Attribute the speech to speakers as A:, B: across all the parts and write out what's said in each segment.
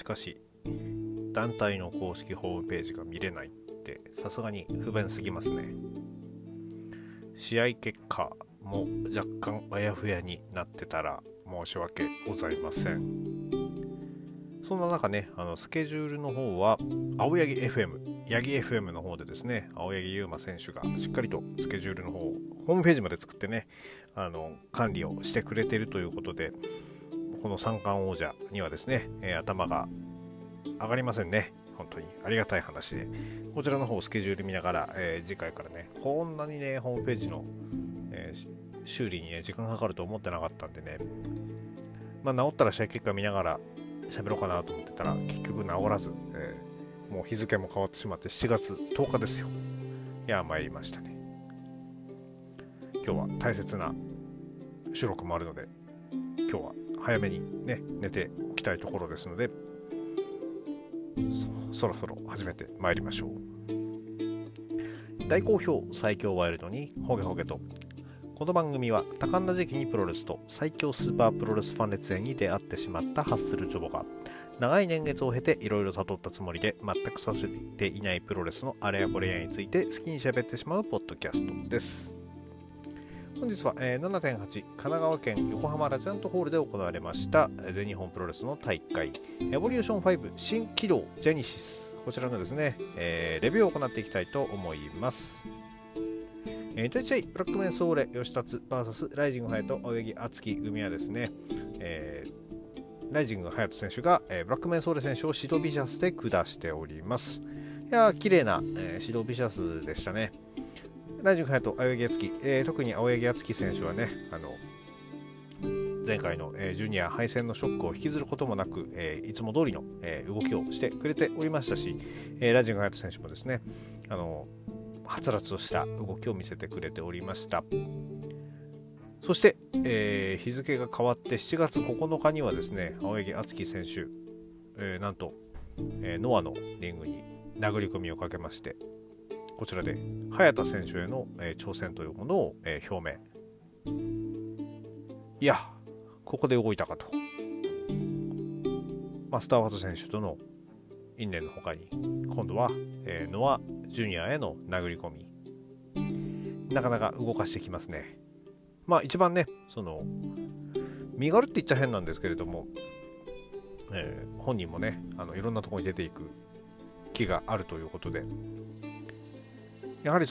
A: かし団体の公式ホームページが見れないってさすがに不便すぎますね。試合結果も若干あやふやになってたら申し訳ございません。そんな中ね、スケジュールの方は青柳 FM、八木 FM の方でですね、青柳優馬選手がしっかりとスケジュールの方をホームページまで作ってね、管理をしてくれているということで、この三冠王者にはですね、頭が上がりませんね。本当にありがたい話で、こちらの方スケジュール見ながら、次回からね、こんなにね、ホームページの、修理にね、時間かかると思ってなかったんでね、治ったら試合結果見ながら喋ろうかなと思ってたら、結局治らず、もう日付も変わってしまって7月10日ですよ。いや、参りましたね。今日は大切な収録もあるので、今日は早めにね、寝ておきたいところですので、そろそろ始めてまいりましょう。大好評最強ワイルドにホゲホゲと。この番組は多感な時期にプロレスと最強スーパープロレスファン列演に出会ってしまったハッスルジョボが長い年月を経ていろいろ悟ったつもりで全くさせていないプロレスのあれやこれやについて好きに喋ってしまうポッドキャストです。本日は 7.8 神奈川県横浜ラジアントホールで行われました全日本プロレスの大会エボリューション5新起動ジェニシス、こちらのですね、レビューを行っていきたいと思います。第1試合ブラックメンソーレ吉達 VS ライジング隼人青柳敦樹組はですね、ライジング隼人選手が、ブラックメンソーレ選手をシドビシャスで下しております。いやー綺麗な、シドビシャスでしたね。ライジング隼人青柳敦樹、特に青柳敦樹選手はね、前回の、ジュニア敗戦のショックを引きずることもなく、いつも通りの、動きをしてくれておりましたし、ライジング隼人選手もですね、はつらつとした動きを見せてくれておりました。そして、日付が変わって7月9日にはですね、青柳敦樹選手、なんと、ノアのリングに殴り込みをかけまして、こちらで早田選手への、挑戦というものを、表明。いや、ここで動いたかと。スターワーズ選手との因縁の他に今度は、ノア・ジュニアへの殴り込み、なかなか動かしてきますね。一番ね、身軽って言っちゃ変なんですけれども、本人もねいろんなところに出ていく気があるということで、やはり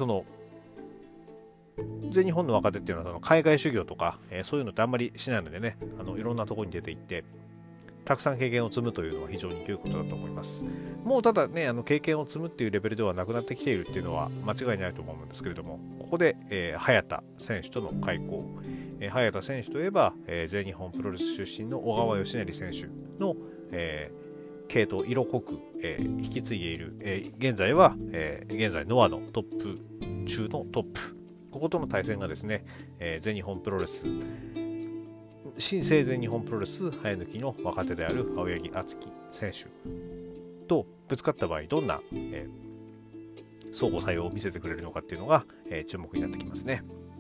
A: 全日本の若手っていうのは海外修行とか、そういうのってあんまりしないのでね、いろんなところに出ていってたくさん経験を積むというのは非常に良いことだと思います。もうただね、経験を積むっていうレベルではなくなってきているっていうのは間違いないと思うんですけれども、ここで、早田選手との開口、早田選手といえば、全日本プロレス出身の小川義成選手の、系統色濃く、引き継いでいる、現在ノアのトップ中のトップ、こことの対戦がですね、全日本プロレス新生全日本プロレス生え抜きの若手である青柳敦樹選手とぶつかった場合どんな、相互作用を見せてくれるのかっていうのが、注目になってきますね。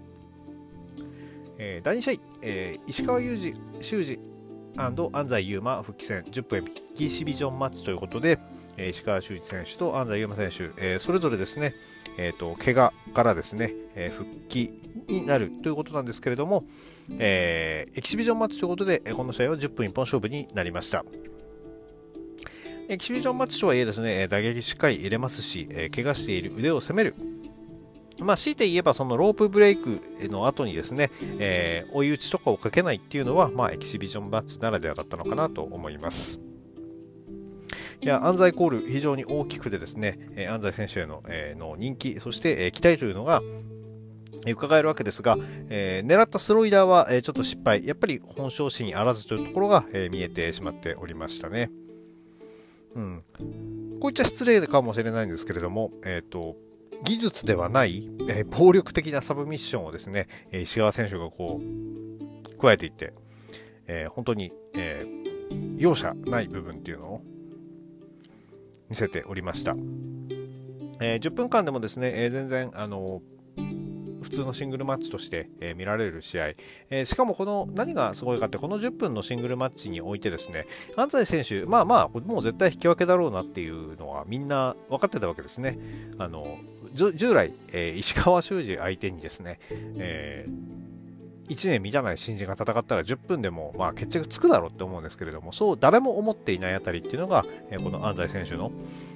A: 第2試合、石川修司安西優真復帰戦10分エキシビジョンマッチということで、石川修司選手と安西優真選手、それぞれですね、怪我からですね、復帰になるということなんですけれども、エキシビジョンマッチということで、この試合は10分一本勝負になりました。エキシビジョンマッチとはいえですね、打撃しっかり入れますし、怪我している腕を攻める。強いて言えばそのロープブレイクの後にですね、追い打ちとかをかけないっていうのは、エキシビジョンマッチならではだったのかなと思います。いや、安西コール非常に大きくてですね、安西選手への、人気、そして、期待というのが伺えるわけですが、狙ったスロイダーは、ちょっと失敗、やっぱり本性心あらずというところが、見えてしまっておりましたね。こういっちゃ失礼かもしれないんですけれども、技術ではない、暴力的なサブミッションをですね、石川選手が加えていって、本当に、容赦ない部分っていうのを見せておりました。10分間でもですね、全然普通のシングルマッチとして、見られる試合、しかもこの何がすごいかって、この10分のシングルマッチにおいてですね、安西選手、まあまあもう絶対引き分けだろうなっていうのはみんな分かってたわけですね。従来、石川修司相手にですね、1年満たない新人が戦ったら10分でもまあ決着つくだろうって思うんですけれども、そう誰も思っていないあたりっていうのが、この安西選手の、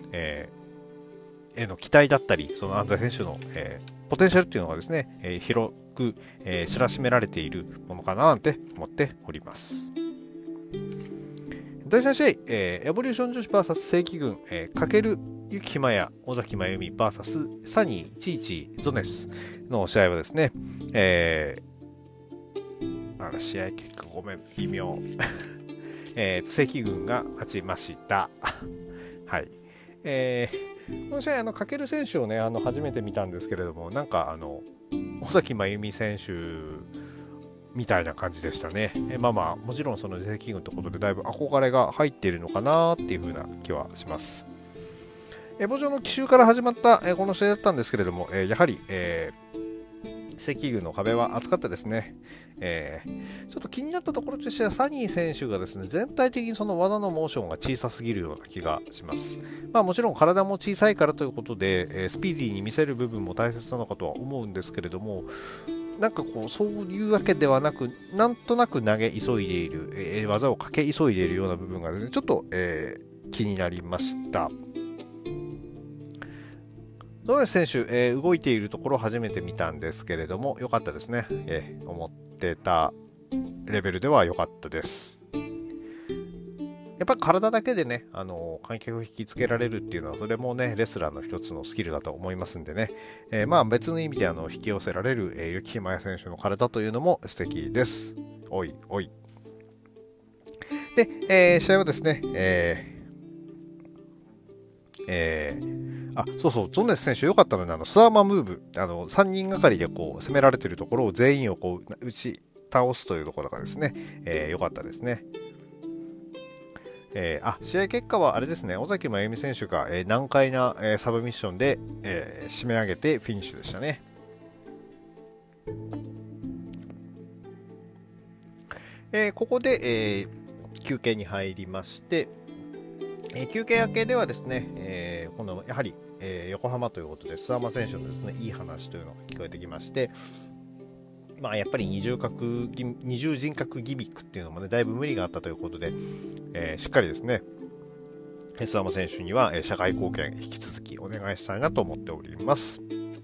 A: への期待だったり、その安西選手の、ポテンシャルっていうのがですね、広く、知らしめられているものかななんて思っております。第3試合、エボリューション女子 VS 正規軍、翔ゆきひまや尾崎真由美 VS サニー、チーチー、ゾネスの試合はですね、試合結果ごめん、微妙。正規軍が勝ちました。はい。この試合、翔選手をね、初めて見たんですけれども、なんか、尾崎真由美選手みたいな感じでしたね。まあまあ、もちろんその正規軍ということで、だいぶ憧れが入っているのかなっていう風な気はします。エボ上の奇襲から始まった、この試合だったんですけれども、やはり、正規軍の壁は厚かったですね。ちょっと気になったところとしては、サニー選手がですね、全体的にその技のモーションが小さすぎるような気がします。まあもちろん体も小さいからということで、スピーディーに見せる部分も大切なのかとは思うんですけれども、なんかこう、そういうわけではなく、なんとなく投げ急いでいる、技をかけ急いでいるような部分がですね、ちょっと、気になりました。ドネス選手、動いているところを初めて見たんですけれども、良かったですね。思ってたレベルでは良かったです。やっぱり体だけでね、観客を引きつけられるっていうのは、それもね、レスラーの一つのスキルだと思いますんでね、まあ別の意味で引き寄せられる、雪ひまや選手の体というのも素敵です。おいおい。で、試合はですね、そうそう、ゾネス選手良かったので、スワーマムーブ、3人がかりでこう攻められているところを全員をこう打ち倒すというところがですね、良かったですね。試合結果はあれですね、尾崎真由美選手が、難解な、サブミッションで、締め上げてフィニッシュでしたね。ここで、休憩に入りまして、休憩明けではですね、このやはり、横浜ということで諏訪間選手のですねいい話というのが聞こえてきまして、まあ、やっぱり二重人格ギミックっていうのもねだいぶ無理があったということで、しっかりですね諏訪間選手には社会貢献引き続きお願いしたいなと思っております。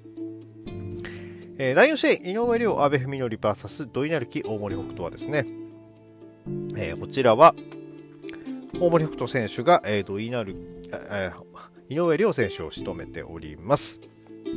A: 第4試合井上涼阿部文則 VS 土井成樹大森北斗はですね、こちらは大森北斗選手が、井上涼選手を仕留めております。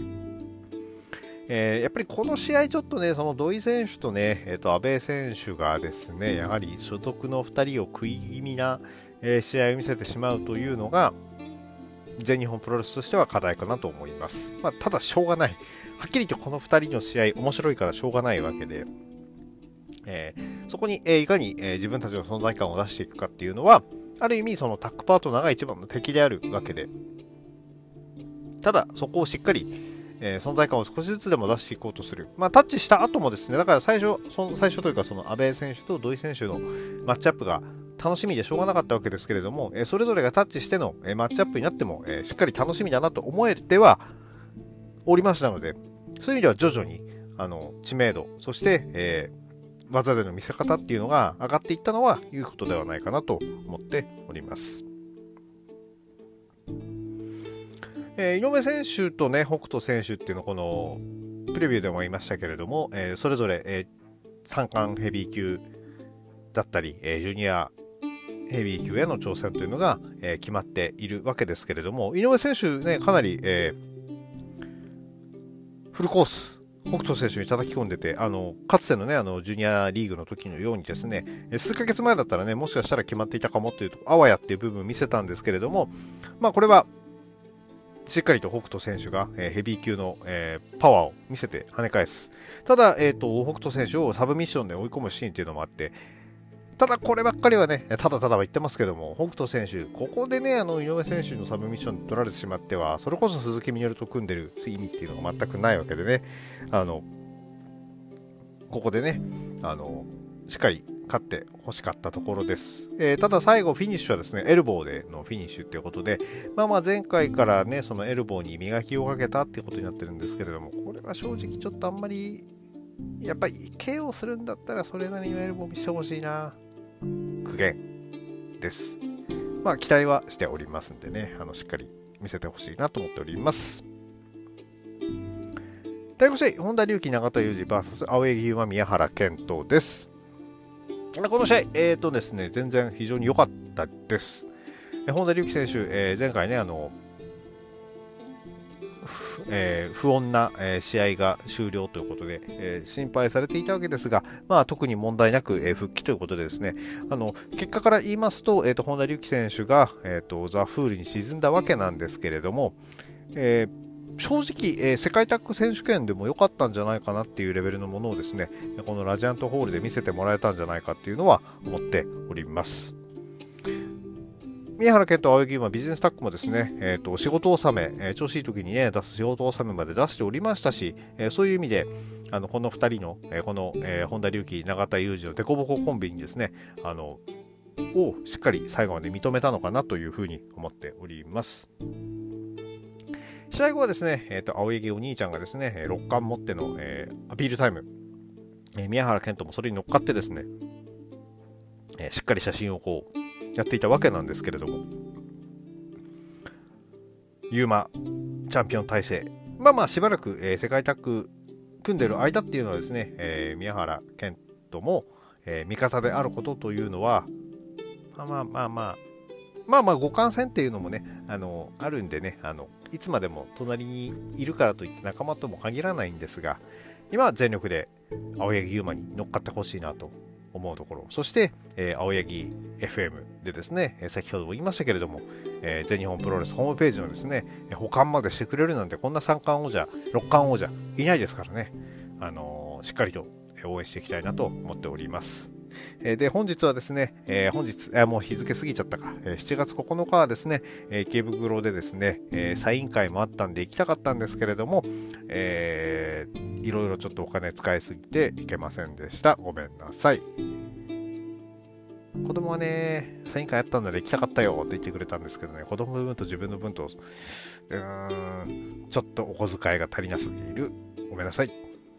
A: やっぱりこの試合ちょっとね、その土井選手とね、阿部選手がですね、やはり所属の2人を食い気味な、試合を見せてしまうというのが、全日本プロレスとしては課題かなと思います。まあ、ただしょうがない。はっきりとこの2人の試合面白いからしょうがないわけで、そこに、いかに、自分たちの存在感を出していくかっていうのは、ある意味そのタッグパートナーが一番の敵であるわけで、ただそこをしっかり存在感を少しずつでも出していこうとする。まあ、タッチした後もですね、だから最初というか、その阿部選手と土井選手のマッチアップが楽しみでしょうがなかったわけですけれども、それぞれがタッチしてのマッチアップになっても、しっかり楽しみだなと思えてはおりましたので、そういう意味では徐々に知名度、そして、技での見せ方っていうのが上がっていったのはいうことではないかなと思っております。井上選手とね、北斗選手っていうのをこのプレビューでも言いましたけれども、それぞれ、三冠ヘビー級だったり、ジュニアヘビー級への挑戦というのが、決まっているわけですけれども、井上選手ね、かなり、フルコース、北斗選手に叩き込んでて、かつてのね、ジュニアリーグの時のようにですね、数ヶ月前だったらね、もしかしたら決まっていたかもというと、あわやっていう部分を見せたんですけれども、まあ、これは、しっかりと北斗選手が、ヘビー級の、パワーを見せて跳ね返す。ただ、北斗選手をサブミッションで追い込むシーンっていうのもあって、ただこればっかりはね、ただは言ってますけども、北斗選手、ここでね、井上選手のサブミッション取られてしまっては、それこそ鈴木みのると組んでる意味っていうのが全くないわけでね、 ここでね、しっかり勝って欲しかったところです。ただ最後フィニッシュはですね、エルボーでのフィニッシュということで、前回からね、そのエルボーに磨きをかけたっていうことになってるんですけれども、これは正直ちょっとあんまり、やっぱり KO するんだったらそれなりのエルボー見せてほしいな。苦言です。期待はしておりますんでね、しっかり見せてほしいなと思っております。第5試合、本田隆起、永田裕二 VS 青柳優馬、宮原健人です。この試合、ですね、全然非常に良かったです。本田隆起選手、前回ね、不穏な試合が終了ということで、心配されていたわけですが、特に問題なく復帰ということでですね、結果から言いますと、本田隆起選手がザ・フールに沈んだわけなんですけれども、正直、世界タッグ選手権でも良かったんじゃないかなっていうレベルのものをですね、このラジアントホールで見せてもらえたんじゃないかっていうのは思っております。宮原健人、青柳優馬、ビジネスタッグもですね、仕事納め、調子いい時にね、出す仕事納めまで出しておりましたし、そういう意味で、この2人の、この、本田隆起、永田裕二のデコボココンビにですね、をしっかり最後まで認めたのかなというふうに思っております。試合後はですね、青柳お兄ちゃんがですね、6冠持っての、アピールタイム、宮原健人もそれに乗っかってですね、しっかり写真をこうやっていたわけなんですけれども、ユーマチャンピオン体制、しばらく、世界タッグ組んでる間っていうのはですね、宮原健人も、味方であることというのは、互換戦っていうのもね、あるんでね、いつまでも隣にいるからといって仲間とも限らないんですが、今は全力で青柳優馬に乗っかってほしいなと思うところ、そして、青柳 FM でですね、先ほども言いましたけれども、全日本プロレスホームページのですね、保管までしてくれるなんて、こんな3冠王者、6冠王者いないですからね、しっかりと応援していきたいなと思っております。で、本日はですね、もう日付過ぎちゃったか、7月9日はですね、池袋でですね、サイン会もあったんで行きたかったんですけれども、いろいろちょっとお金使いすぎて行けませんでした。ごめんなさい。子供はね、サイン会あったんで行きたかったよって言ってくれたんですけどね、子供の分と自分の分と、ちょっとお小遣いが足りなすぎる。ごめんなさい。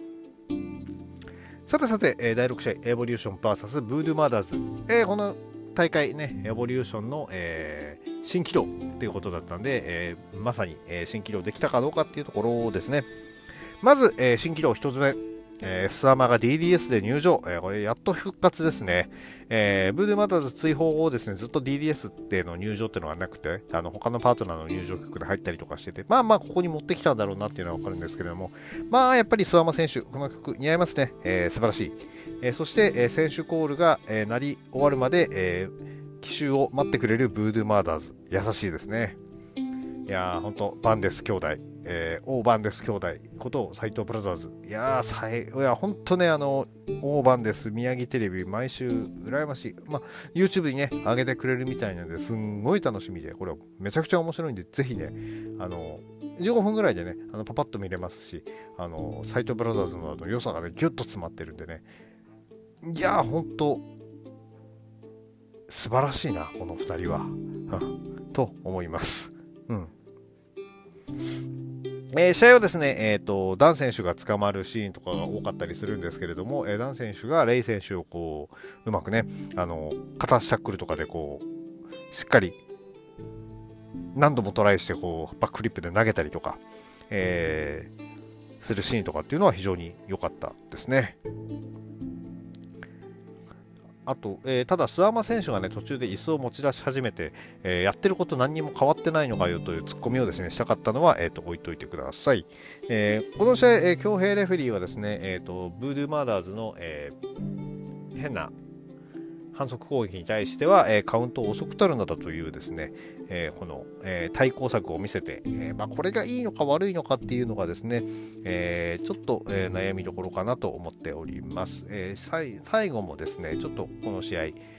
A: さて、第6試合、エボリューション VS ブードゥーマーダーズ。この大会ね、エボリューションの、新起動ということだったんで、まさに、新起動できたかどうかっていうところですね。まず、新起動1つ目、スワマが DDS で入場。これやっと復活ですね。ブードゥーマーダーズ追放後ですね、ずっと DDS っての入場っていうのがなくて、他のパートナーの入場曲で入ったりとかしてて、ここに持ってきたんだろうなっていうのはわかるんですけれども、やっぱりスワマ選手、この曲似合いますね。素晴らしい。そして、選手コールが、鳴り終わるまで、奇襲を待ってくれるブードゥーマーダーズ。優しいですね。いやー、ほんと、バンデス兄弟。大バンデス兄弟こと斎藤ブラザーズ。いやほんとね、大バンデス宮城テレビ毎週羨ましい。YouTube にね、上げてくれるみたいなので、すんごい楽しみで、これめちゃくちゃ面白いんで、ぜひね、15分ぐらいでね、パパッと見れますし、斎藤ブラザーズの良さがね、ギュッと詰まってるんでね、いやー、ほんと、素晴らしいな、この2人は。と思います。試合はですね、ダン選手が捕まるシーンとかが多かったりするんですけれども、ダン選手がレイ選手をこう、うまくね、片足タックルとかでこう、しっかり何度もトライしてこう、バックフリップで投げたりとか、するシーンとかっていうのは非常に良かったですね。あと、ただ、諏訪間選手がね、途中で椅子を持ち出し始めて、やってること何にも変わってないのかよというツッコミをですね、したかったのは、置いといてください。この試合、強兵レフェリーはですね、ブードゥーマーダーズの、変な反則攻撃に対しては、カウントを遅く取るなどというですね、この、対抗策を見せて、これがいいのか悪いのかっていうのがですね、ちょっと、悩みどころかなと思っております。最後もですね、ちょっとこの試合、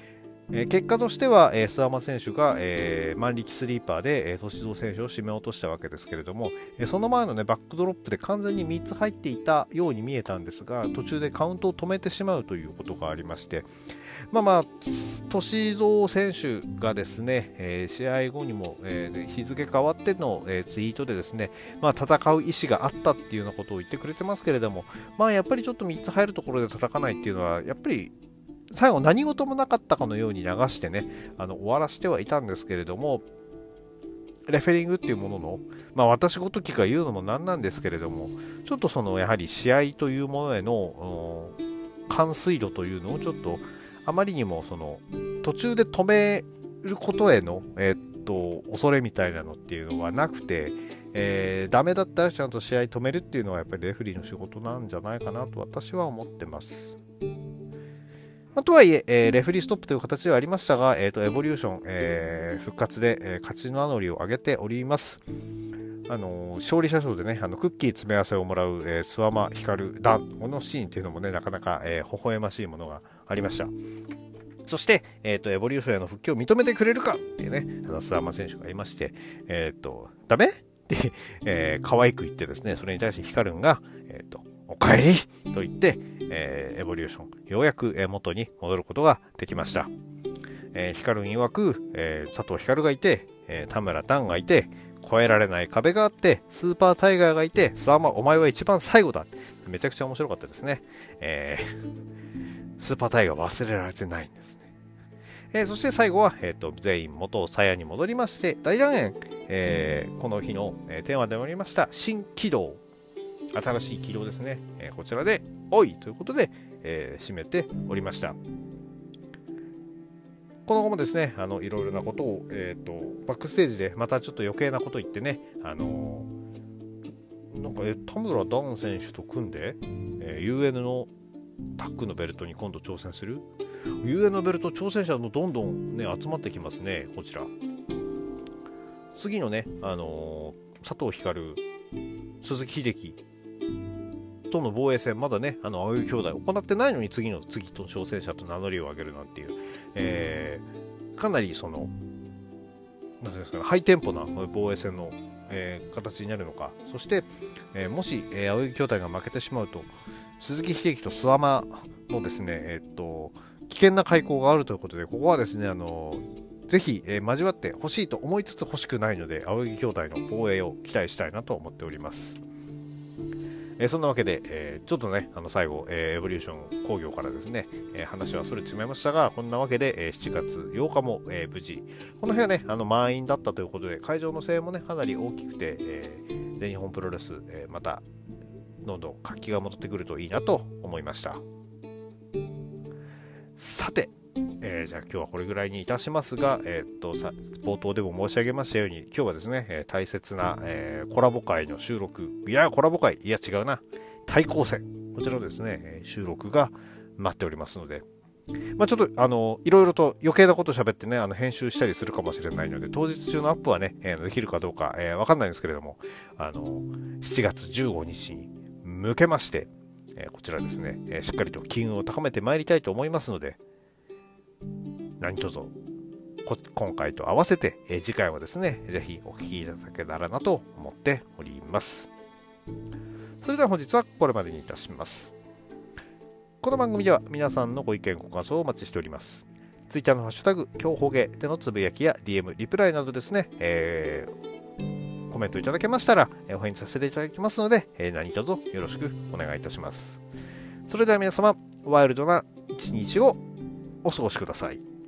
A: 結果としては、諏訪間選手が、万力スリーパーで、歳三選手を締め落としたわけですけれども、その前の、ね、バックドロップで完全に3つ入っていたように見えたんですが、途中でカウントを止めてしまうということがありまして、歳三選手がですね、試合後にも、日付変わっての、ツイートでですね、戦う意思があったっていうようなことを言ってくれてますけれども、やっぱりちょっと3つ入るところで叩かないっていうのは、やっぱり最後何事もなかったかのように流してね、終わらせてはいたんですけれども、レフェリングっていうものの、私ごときが言うのもなんなんですけれども、ちょっとやはり試合というものへの完遂度というのをちょっとあまりにも途中で止めることへの、恐れみたいなのっていうのはなくて、ダメだったらちゃんと試合止めるっていうのはやっぱりレフェリーの仕事なんじゃないかなと私は思ってます。とはいえレフェリーストップという形ではありましたが、エボリューション、復活で、勝ちの名乗りを上げております。勝利者賞でね、クッキー詰め合わせをもらう、諏訪間光ダン、このシーンっていうのもね、なかなか、微笑ましいものがありました。そして、エボリューションへの復帰を認めてくれるかっていうね、諏訪間選手がいまして、ダメって、可愛く言ってですね、それに対してヒカルンが、おかえりと言って、エボリューション、ようやく、元に戻ることができました。ヒカルン曰く、佐藤光がいて、田村ダンがいて、越えられない壁があって、スーパータイガーがいて、諏訪間お前は一番最後だ。めちゃくちゃ面白かったですね。スーパータイガー忘れられてないんですね。そして最後は、全員元鞘に戻りまして、大団円、この日の、テーマでもありました新軌道、新しい軌道ですね、こちらでおいということで、締めておりました。この後もですね、いろいろなことを、バックステージでまたちょっと余計なこと言ってね、田村ダン選手と組んで、UN のタッグのベルトに今度挑戦する。 UN のベルト挑戦者もどんどん、ね、集まってきますね。こちら次のね、佐藤光、鈴木秀樹との防衛戦、まだね、青柳兄弟行ってないのに次と挑戦者と名乗りを上げるなんていう、かなりなんていうんですかね、ハイテンポな防衛戦の、形になるのか。そして、もし、青柳兄弟が負けてしまうと、鈴木秀樹と諏訪間のですね、危険な開口があるということで、ここはですね、ぜひ、交わってほしいと思いつつ欲しくないので、青柳兄弟の防衛を期待したいなと思っております。そんなわけで、ちょっとね、最後、エボリューション工業からですね、話はそれてしまいましたが、こんなわけで、7月8日も、無事、この日はね、満員だったということで、会場の声援もね、かなり大きくて、全日本プロレス、また、どんどん活気が戻ってくるといいなと思いました。さて、じゃあ今日はこれぐらいにいたしますが、冒頭でも申し上げましたように、今日はですね、大切な、コラボ会の収録、コラボ会、違うな、対抗戦、こちらのですね、収録が待っておりますので、ちょっといろいろと余計なこと喋ってね、編集したりするかもしれないので、当日中のアップはね、できるかどうか、わかんないんですけれども、7月15日に向けまして、こちらですね、しっかりと機運を高めてまいりたいと思いますので、何卒今回と合わせて、次回はですね、ぜひお聞きいただけたらなと思っております。それでは本日はこれまでにいたします。この番組では皆さんのご意見ご感想をお待ちしております。Twitter のハッシュタグ今日ほげでのつぶやきや DM リプライなどですね、コメントいただけましたら、お返事させていただきますので、何卒よろしくお願いいたします。それでは皆様、ワイルドな一日をお過ごしください。